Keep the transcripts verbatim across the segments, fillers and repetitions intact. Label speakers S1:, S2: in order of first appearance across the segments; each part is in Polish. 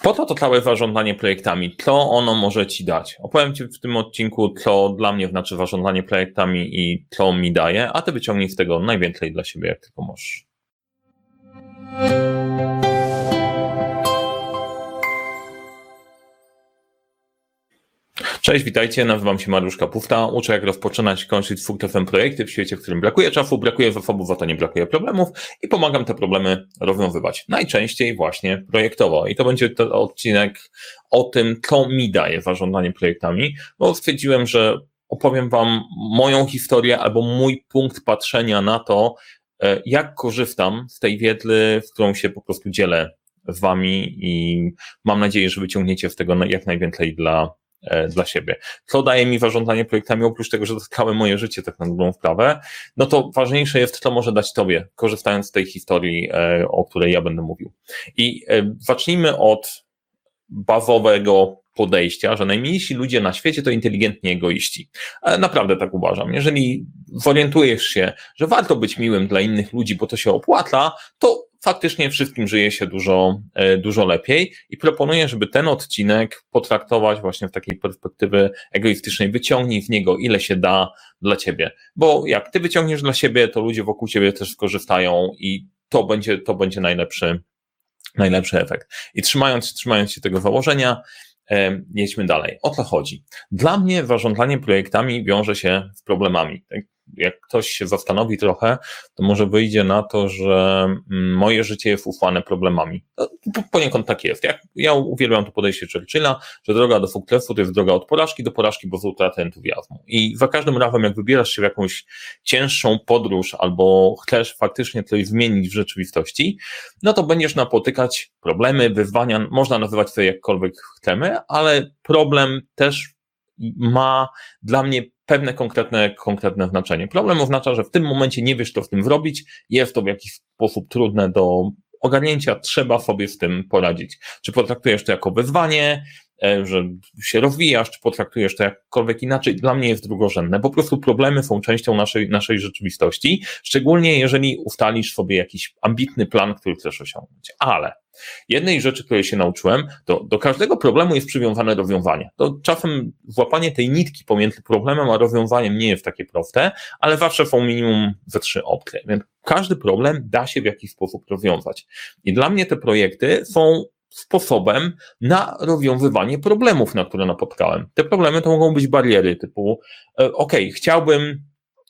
S1: Po to to całe zarządzanie projektami, co ono może Ci dać. Opowiem Ci w tym odcinku, co dla mnie znaczy zarządzanie projektami i co mi daje, a Ty wyciągnij z tego najwięcej dla siebie, jak tylko możesz. Cześć, witajcie, nazywam się Mariusz Kapufta, uczę jak rozpoczynać i kończyć twórcem projekty w świecie, w którym brakuje czasu, brakuje zasobów, a to nie brakuje problemów i pomagam te problemy rozwiązywać. Najczęściej właśnie projektowo i to będzie to odcinek o tym, co mi daje zarządzanie projektami, bo stwierdziłem, że opowiem Wam moją historię albo mój punkt patrzenia na to, jak korzystam z tej wiedzy, z którą się po prostu dzielę z Wami i mam nadzieję, że wyciągniecie z tego jak najwięcej dla dla siebie. Co daje mi zarządzanie projektami, oprócz tego, że to całe moje życie tak na dobrą sprawę, no to ważniejsze jest, co może dać Tobie, korzystając z tej historii, o której ja będę mówił. I zacznijmy od bazowego podejścia, że najmniejsi ludzie na świecie to inteligentni egoiści. Naprawdę tak uważam. Jeżeli zorientujesz się, że warto być miłym dla innych ludzi, bo to się opłaca, to faktycznie wszystkim żyje się dużo, dużo lepiej i proponuję, żeby ten odcinek potraktować właśnie w takiej perspektywy egoistycznej. Wyciągnij z niego ile się da dla Ciebie, bo jak Ty wyciągniesz dla siebie, to ludzie wokół Ciebie też skorzystają i to będzie, to będzie najlepszy, najlepszy efekt. I trzymając, trzymając się tego założenia, e, jedźmy dalej. O co chodzi? Dla mnie zarządzanie projektami wiąże się z problemami. Jak ktoś się zastanowi trochę, to może wyjdzie na to, że moje życie jest usłane problemami. Poniekąd tak jest. Ja, ja uwielbiam to podejście Churchilla, że droga do sukcesu to jest droga od porażki do porażki bez utraty entuzjazmu. I za każdym razem, jak wybierasz się w jakąś cięższą podróż albo chcesz faktycznie coś zmienić w rzeczywistości, no to będziesz napotykać problemy, wyzwania, można nazywać to jakkolwiek chcemy, ale problem też ma dla mnie pewne konkretne, konkretne znaczenie. Problem oznacza, że w tym momencie nie wiesz, co z tym zrobić, jest to w jakiś sposób trudne do ogarnięcia, trzeba sobie z tym poradzić. Czy potraktujesz to jako wyzwanie, że się rozwijasz, czy potraktujesz to jakkolwiek inaczej, dla mnie jest drugorzędne. Po prostu problemy są częścią naszej, naszej rzeczywistości, szczególnie jeżeli ustalisz sobie jakiś ambitny plan, który chcesz osiągnąć. Ale jednej rzeczy, której się nauczyłem, to do każdego problemu jest przywiązane rozwiązanie. To czasem złapanie tej nitki pomiędzy problemem a rozwiązaniem nie jest takie proste, ale zawsze są minimum ze trzy opcje. Więc każdy problem da się w jakiś sposób rozwiązać. I dla mnie te projekty są sposobem na rozwiązywanie problemów, na które napotkałem. Te problemy to mogą być bariery typu, ok, chciałbym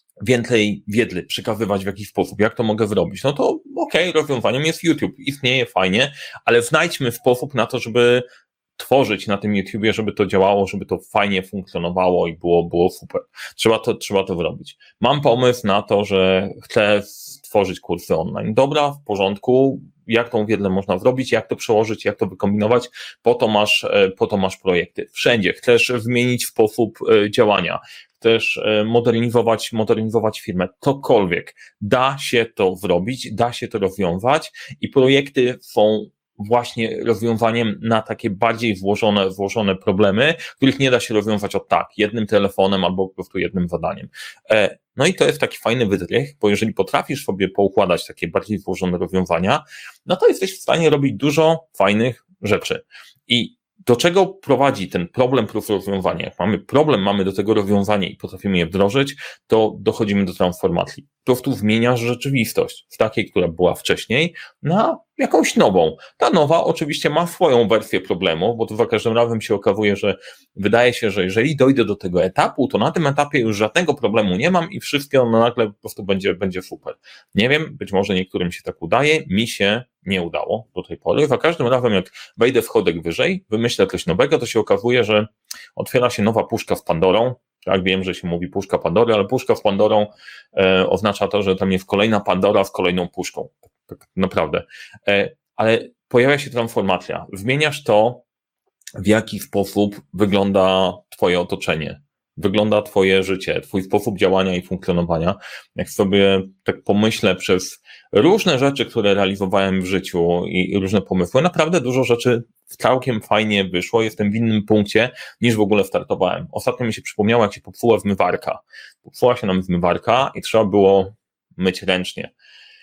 S1: więcej wiedzy przekazywać w jakiś sposób, jak to mogę zrobić? No to okej, okay, rozwiązaniem jest YouTube, istnieje fajnie, ale znajdźmy sposób na to, żeby tworzyć na tym YouTubie, żeby to działało, żeby to fajnie funkcjonowało i było, było super. Trzeba to, trzeba to zrobić. Mam pomysł na to, że chcę stworzyć kursy online. Dobra, w porządku, jak tą wiedzę można zrobić, jak to przełożyć, jak to wykombinować, po to masz, po to masz projekty. Wszędzie chcesz zmienić sposób działania, chcesz modernizować, modernizować firmę, cokolwiek. Da się to zrobić, da się to rozwiązać i projekty są właśnie rozwiązaniem na takie bardziej włożone, włożone problemy, których nie da się rozwiązać od tak, jednym telefonem albo po prostu jednym zadaniem. No i to jest taki fajny wydrych, bo jeżeli potrafisz sobie poukładać takie bardziej włożone rozwiązania, no to jesteś w stanie robić dużo fajnych rzeczy. I do czego prowadzi ten problem plus rozwiązanie? Jak mamy problem, mamy do tego rozwiązanie i potrafimy je wdrożyć, to dochodzimy do transformacji. Po prostu zmieniasz rzeczywistość z takiej, która była wcześniej, na jakąś nową. Ta nowa oczywiście ma swoją wersję problemu, bo to za każdym razem się okazuje, że wydaje się, że jeżeli dojdę do tego etapu, to na tym etapie już żadnego problemu nie mam i wszystko no nagle po prostu będzie, będzie super. Nie wiem, być może niektórym się tak udaje, mi się nie udało do tej pory. Za każdym razem jak wejdę wchodek wyżej, wymyślę coś nowego, to się okazuje, że otwiera się nowa puszka z Pandorą. Tak, wiem, że się mówi puszka Pandory, ale puszka z Pandorą e, oznacza to, że tam jest kolejna Pandora z kolejną puszką. Tak, tak naprawdę. E, ale pojawia się transformacja. Zmieniasz to, w jaki sposób wygląda Twoje otoczenie, wygląda Twoje życie, Twój sposób działania i funkcjonowania. Jak sobie tak pomyślę przez różne rzeczy, które realizowałem w życiu i różne pomysły, naprawdę dużo rzeczy całkiem fajnie wyszło. Jestem w innym punkcie niż w ogóle startowałem. Ostatnio mi się przypomniało, jak się popsuła zmywarka. Popsuła się nam zmywarka i trzeba było myć ręcznie.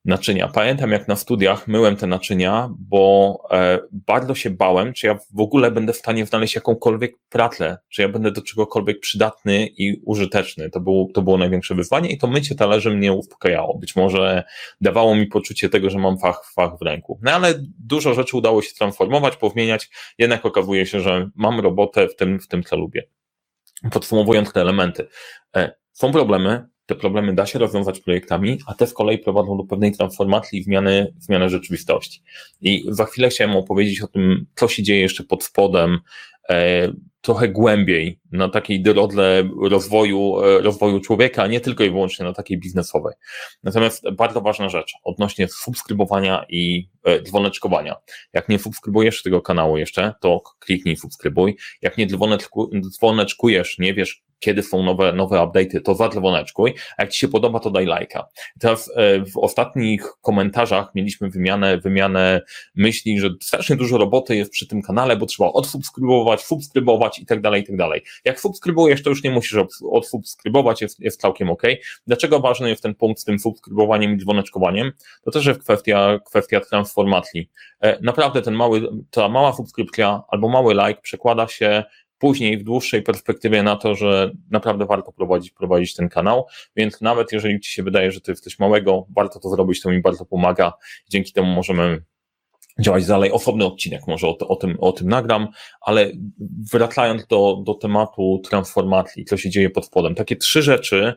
S1: naczynia. Pamiętam, jak na studiach myłem te naczynia, bo e, bardzo się bałem, czy ja w ogóle będę w stanie znaleźć jakąkolwiek pratlę, czy ja będę do czegokolwiek przydatny i użyteczny. To było, to było największe wyzwanie i to mycie talerzy mnie uspokajało. Być może dawało mi poczucie tego, że mam fach, fach w ręku. No ale dużo rzeczy udało się transformować, powmieniać, jednak okazuje się, że mam robotę w tym, w tym co lubię. Podsumowując te elementy, e, są problemy, te problemy da się rozwiązać projektami, a te z kolei prowadzą do pewnej transformacji i zmiany, zmiany rzeczywistości. I za chwilę chciałem opowiedzieć o tym, co się dzieje jeszcze pod spodem, e, trochę głębiej na takiej drodze rozwoju, e, rozwoju człowieka, a nie tylko i wyłącznie na takiej biznesowej. Natomiast bardzo ważna rzecz odnośnie subskrybowania i e, dzwoneczkowania. Jak nie subskrybujesz tego kanału jeszcze, to kliknij subskrybuj. Jak nie dzwoneczku, dzwoneczkujesz, nie wiesz, kiedy są nowe, nowe update'y, to zadzwoneczkuj, a jak Ci się podoba, to daj lajka. Teraz w ostatnich komentarzach mieliśmy wymianę, wymianę myśli, że strasznie dużo roboty jest przy tym kanale, bo trzeba odsubskrybować, subskrybować i tak dalej, i tak dalej. Jak subskrybujesz, to już nie musisz odsubskrybować, jest, jest całkiem ok. Dlaczego ważny jest ten punkt z tym subskrybowaniem i dzwoneczkowaniem? To też jest kwestia, kwestia transformacji. Naprawdę ten mały, ta mała subskrypcja albo mały like przekłada się później w dłuższej perspektywie na to, że naprawdę warto prowadzić, prowadzić ten kanał, więc nawet jeżeli Ci się wydaje, że to jest coś małego, warto to zrobić, to mi bardzo pomaga. Dzięki temu możemy działać dalej. Osobny odcinek może o, o, tym, o tym nagram, ale wracając do, do tematu transformacji, co się dzieje pod spodem. Takie trzy rzeczy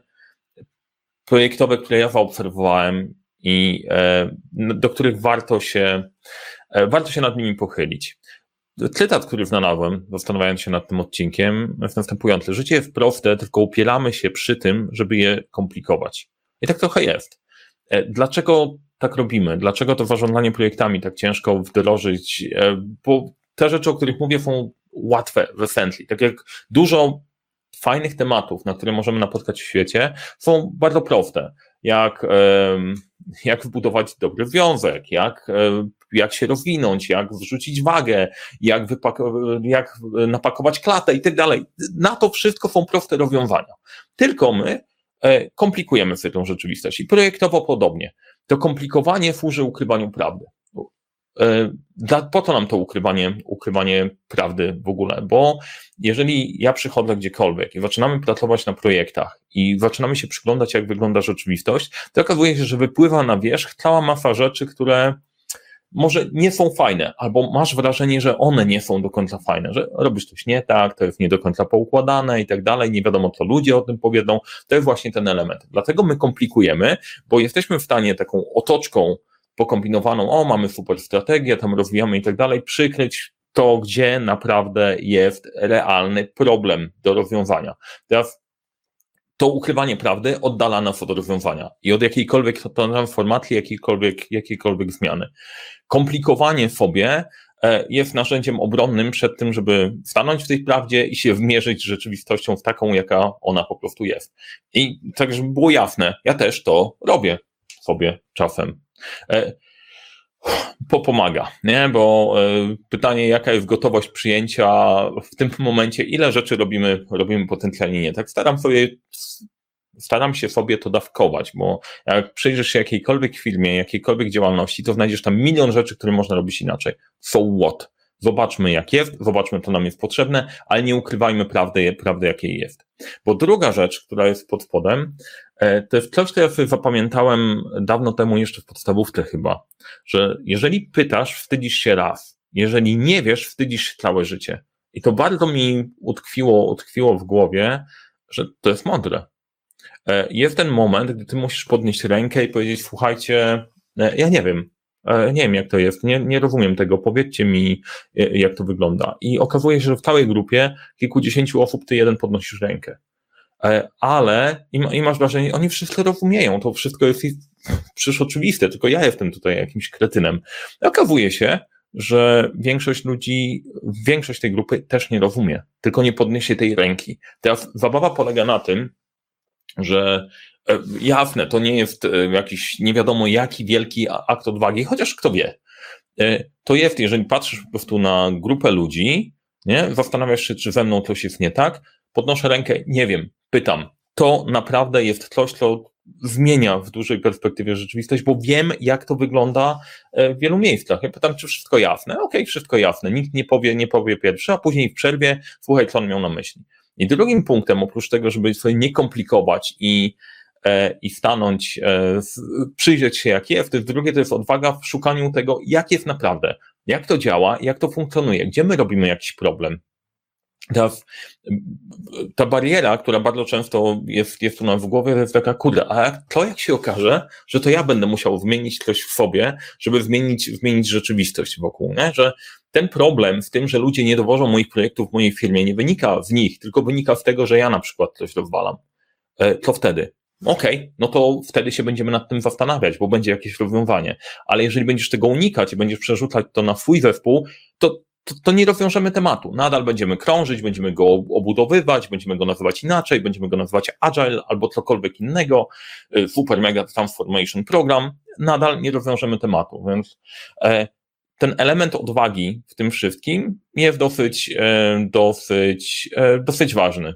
S1: projektowe, które ja zaobserwowałem i e, do których warto się, e, warto się nad nimi pochylić. Cytat, który znalazłem, zastanawiając się nad tym odcinkiem, jest następujący. Życie jest proste, tylko upieramy się przy tym, żeby je komplikować. I tak trochę jest. Dlaczego tak robimy? Dlaczego to zarządzanie projektami tak ciężko wdrożyć? Bo te rzeczy, o których mówię, są łatwe w esencji. Tak jak dużo fajnych tematów, na które możemy napotkać w świecie, są bardzo proste. Jak, jak wbudować dobry związek, jak, jak się rozwinąć, jak wrzucić wagę, jak, wypak- jak napakować klatę i tak dalej. Na to wszystko są proste rozwiązania. Tylko my komplikujemy sobie tą rzeczywistość i projektowo podobnie. To komplikowanie służy ukrywaniu prawdy. Po to nam to ukrywanie, ukrywanie prawdy w ogóle, bo jeżeli ja przychodzę gdziekolwiek i zaczynamy pracować na projektach i zaczynamy się przyglądać, jak wygląda rzeczywistość, to okazuje się, że wypływa na wierzch cała masa rzeczy, które może nie są fajne, albo masz wrażenie, że one nie są do końca fajne, że robisz coś nie tak, to jest nie do końca poukładane i tak dalej, nie wiadomo, co ludzie o tym powiedzą. To jest właśnie ten element. Dlatego my komplikujemy, bo jesteśmy w stanie taką otoczką pokombinowaną, o, mamy super strategię, tam rozwijamy i tak dalej, przykryć to, gdzie naprawdę jest realny problem do rozwiązania. Teraz to ukrywanie prawdy oddala nas od rozwiązania i od jakiejkolwiek transformacji, jakiejkolwiek, jakiejkolwiek zmiany. Komplikowanie sobie jest narzędziem obronnym przed tym, żeby stanąć w tej prawdzie i się wmierzyć z rzeczywistością w taką, jaka ona po prostu jest. I tak, żeby było jasne, ja też to robię sobie czasem. Pomaga, nie? Bo pytanie, jaka jest gotowość przyjęcia w tym momencie, ile rzeczy robimy, robimy potencjalnie nie tak. Staram sobie, staram się sobie to dawkować, bo jak przyjrzysz się jakiejkolwiek firmie, jakiejkolwiek działalności, to znajdziesz tam milion rzeczy, które można robić inaczej. So what? Zobaczmy, jak jest, zobaczmy, co nam jest potrzebne, ale nie ukrywajmy prawdy, prawdy jakiej jest. Bo druga rzecz, która jest pod spodem, to jest coś, co ja sobie zapamiętałem dawno temu, jeszcze w podstawówce chyba, że jeżeli pytasz, wstydzisz się raz. Jeżeli nie wiesz, wstydzisz się całe życie. I to bardzo mi utkwiło, utkwiło w głowie, że to jest mądre. Jest ten moment, gdy ty musisz podnieść rękę i powiedzieć, słuchajcie, ja nie wiem, nie wiem jak to jest, nie, nie rozumiem tego, powiedzcie mi jak to wygląda. I okazuje się, że w całej grupie kilkudziesięciu osób ty jeden podnosisz rękę. Ale i masz wrażenie, oni wszyscy rozumieją, to wszystko jest przecież oczywiste, tylko ja jestem tutaj jakimś kretynem. Okazuje się, że większość ludzi, większość tej grupy też nie rozumie, tylko nie podniesie tej ręki. Teraz zabawa polega na tym, że jasne, to nie jest jakiś nie wiadomo jaki wielki akt odwagi, chociaż kto wie. To jest, jeżeli patrzysz po prostu na grupę ludzi, nie, zastanawiasz się, czy ze mną coś jest nie tak, podnoszę rękę, nie wiem, pytam. To naprawdę jest coś, co zmienia w dużej perspektywie rzeczywistość, bo wiem, jak to wygląda w wielu miejscach. Ja pytam, czy wszystko jasne? Okej, okay, wszystko jasne. Nikt nie powie, nie powie pierwszy, a później w przerwie słuchaj, co on miał na myśli. I drugim punktem, oprócz tego, żeby sobie nie komplikować i, e, i stanąć, e, przyjrzeć się jak jest, to jest drugie, to jest odwaga w szukaniu tego, jak jest naprawdę, jak to działa, jak to funkcjonuje, gdzie my robimy jakiś problem. Ta, ta bariera, która bardzo często jest, jest u nas w głowie, to jest taka, kurde, a jak, to jak się okaże, że to ja będę musiał zmienić coś w sobie, żeby zmienić, zmienić rzeczywistość wokół, nie? Że ten problem z tym, że ludzie nie dowożą moich projektów w mojej firmie, nie wynika z nich, tylko wynika z tego, że ja na przykład coś rozwalam. Co wtedy? Okej, okay, no to wtedy się będziemy nad tym zastanawiać, bo będzie jakieś rozwiązanie. Ale jeżeli będziesz tego unikać i będziesz przerzucać to na swój zespół, to To, to nie rozwiążemy tematu. Nadal będziemy krążyć, będziemy go obudowywać, będziemy go nazywać inaczej, będziemy go nazywać agile albo cokolwiek innego, super mega transformation program, nadal nie rozwiążemy tematu, więc e, ten element odwagi w tym wszystkim jest dosyć, e, dosyć, e, dosyć ważny,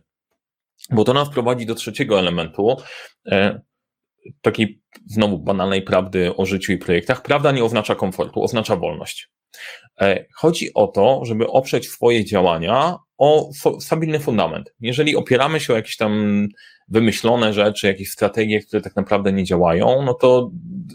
S1: bo to nas prowadzi do trzeciego elementu, e, takiej znowu banalnej prawdy o życiu i projektach. Prawda nie oznacza komfortu, oznacza wolność. Chodzi o to, żeby oprzeć swoje działania o stabilny fundament. Jeżeli opieramy się o jakieś tam wymyślone rzeczy, jakieś strategie, które tak naprawdę nie działają, no to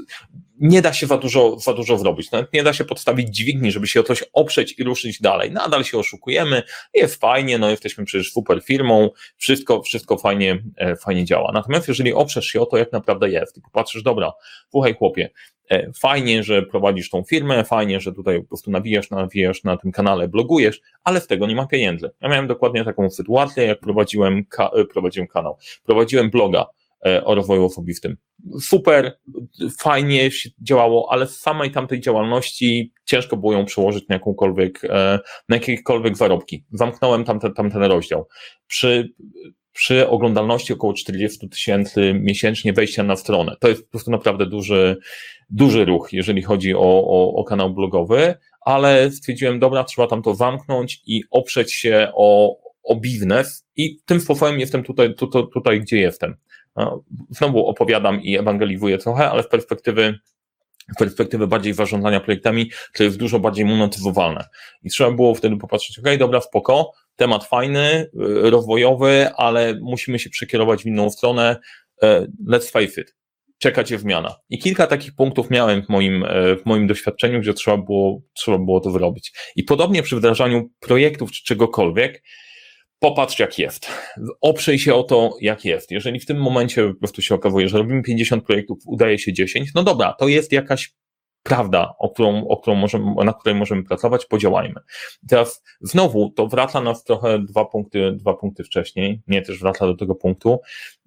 S1: nie da się za dużo, za dużo zrobić. Nawet nie da się podstawić dźwigni, żeby się o coś oprzeć i ruszyć dalej. Nadal się oszukujemy, jest fajnie, no jesteśmy przecież super firmą, wszystko, wszystko fajnie, fajnie działa. Natomiast jeżeli oprzesz się o to, jak naprawdę jest i popatrzysz, dobra, słuchaj chłopie, fajnie, że prowadzisz tą firmę, fajnie, że tutaj po prostu nawijasz, nawijasz na tym kanale, blogujesz, ale z tego nie ma pieniędzy. Ja miałem dokładnie taką sytuację, jak prowadziłem, ka- prowadziłem kanał, prowadziłem bloga o rozwoju osobistym. Super, fajnie się działało, ale z samej tamtej działalności ciężko było ją przełożyć na jakąkolwiek, na jakiekolwiek zarobki. Zamknąłem tamten, tamten rozdział. Przy przy oglądalności około czterdzieści tysięcy miesięcznie wejścia na stronę. To jest po prostu naprawdę duży, duży ruch, jeżeli chodzi o, o, o kanał blogowy, ale stwierdziłem, dobra, trzeba tam to zamknąć i oprzeć się o, o biznes i tym sposobem jestem tutaj, tutaj, tutaj gdzie jestem. Znowu opowiadam i ewangelizuję trochę, ale z perspektywy z perspektywy bardziej zarządzania projektami, to jest dużo bardziej monetyzowalne. I trzeba było wtedy popatrzeć, okej, okay, dobra, spoko, temat fajny, rozwojowy, ale musimy się przekierować w inną stronę, let's face it, czekać jest zmiana. I kilka takich punktów miałem w moim, w moim doświadczeniu, gdzie trzeba było, trzeba było to zrobić. I podobnie przy wdrażaniu projektów czy czegokolwiek, popatrz jak jest. Oprzyj się o to, jak jest. Jeżeli w tym momencie po prostu się okazuje, że robimy pięćdziesiąt projektów, udaje się dziesięć, no dobra, to jest jakaś prawda, o którą, o którą możemy, na której możemy pracować, podziałajmy. Teraz znowu to wraca nas trochę dwa punkty, dwa punkty wcześniej, nie też wraca do tego punktu,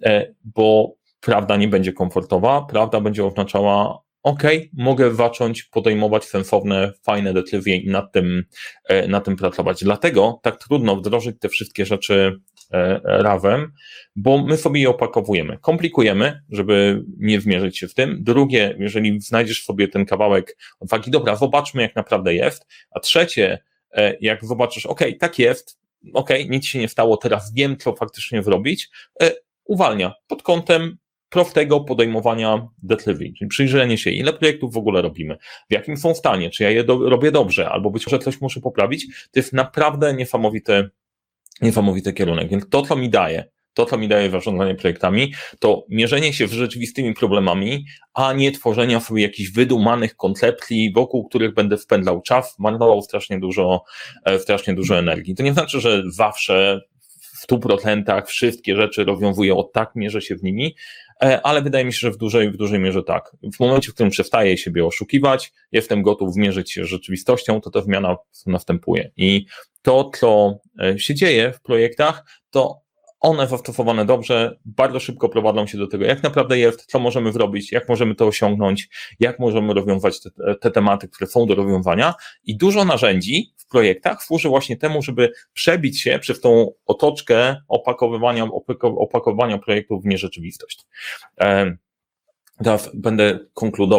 S1: bo prawda nie będzie komfortowa, prawda będzie oznaczała okej, okay, mogę zacząć podejmować sensowne, fajne decyzje i nad tym, nad tym pracować. Dlatego tak trudno wdrożyć te wszystkie rzeczy razem, bo my sobie je opakowujemy. Komplikujemy, żeby nie zmierzyć się w tym. Drugie, jeżeli znajdziesz sobie ten kawałek odwagi, dobra, zobaczmy jak naprawdę jest. A trzecie, jak zobaczysz, okej, okay, tak jest, okej, okay, nic się nie stało, teraz wiem, co faktycznie zrobić, uwalnia pod kątem prostego podejmowania decyzji, czyli przyjrzenie się, ile projektów w ogóle robimy, w jakim są stanie, czy ja je do, robię dobrze, albo być może coś muszę poprawić, to jest naprawdę niesamowity, niesamowity kierunek. Więc to, co mi daje, to, co mi daje zarządzanie projektami, to mierzenie się z rzeczywistymi problemami, a nie tworzenia sobie jakichś wydumanych koncepcji, wokół których będę spędzał czas, marnował strasznie dużo, strasznie dużo energii. To nie znaczy, że zawsze w stu procentach wszystkie rzeczy rozwiązuję od tak, mierzę się w nimi, ale wydaje mi się, że w dużej, w dużej mierze tak. W momencie, w którym przestaję siebie oszukiwać, jestem gotów zmierzyć się z rzeczywistością, to ta zmiana następuje. I to, co się dzieje w projektach, to one zastosowane dobrze, bardzo szybko prowadzą się do tego, jak naprawdę jest, co możemy zrobić, jak możemy to osiągnąć, jak możemy rozwiązać te, te tematy, które są do rozwiązania i dużo narzędzi w projektach służy właśnie temu, żeby przebić się przez tą otoczkę opakowywania, opakowywania projektów w nierzeczywistość. Teraz będę konkludował.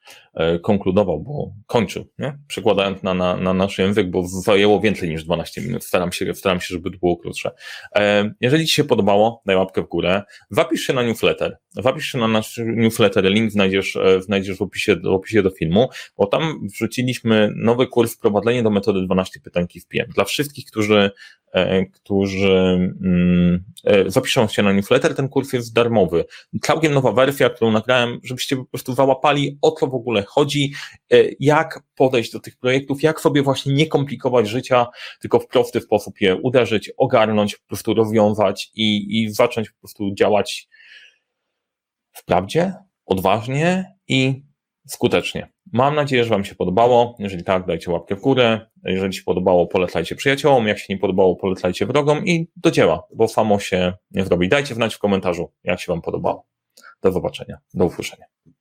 S1: konkludował, bo kończył, nie? Przekładając na, na, na nasz język, bo zajęło więcej niż dwanaście minut. Staram się, staram się, żeby to było krótsze. Jeżeli Ci się podobało, daj łapkę w górę. Zapisz się na newsletter. Zapisz się na nasz newsletter. Link znajdziesz, znajdziesz w opisie, w opisie do filmu, bo tam wrzuciliśmy nowy kurs Wprowadzenie do metody dwanaście pytań K I W P M. Dla wszystkich, którzy którzy mm, zapiszą się na newsletter, ten kurs jest darmowy. Całkiem nowa wersja, którą nagrałem, żebyście po prostu załapali, o co w ogóle chodzi, jak podejść do tych projektów, jak sobie właśnie nie komplikować życia, tylko w prosty sposób je uderzyć, ogarnąć, po prostu rozwiązać i, i zacząć po prostu działać w prawdzie, odważnie i skutecznie. Mam nadzieję, że Wam się podobało. Jeżeli tak, dajcie łapkę w górę. Jeżeli się podobało, polecajcie przyjaciołom. Jak się nie podobało, polecajcie wrogom i do dzieła, bo samo się nie zrobi. Dajcie znać w komentarzu, jak się Wam podobało. Do zobaczenia. Do usłyszenia.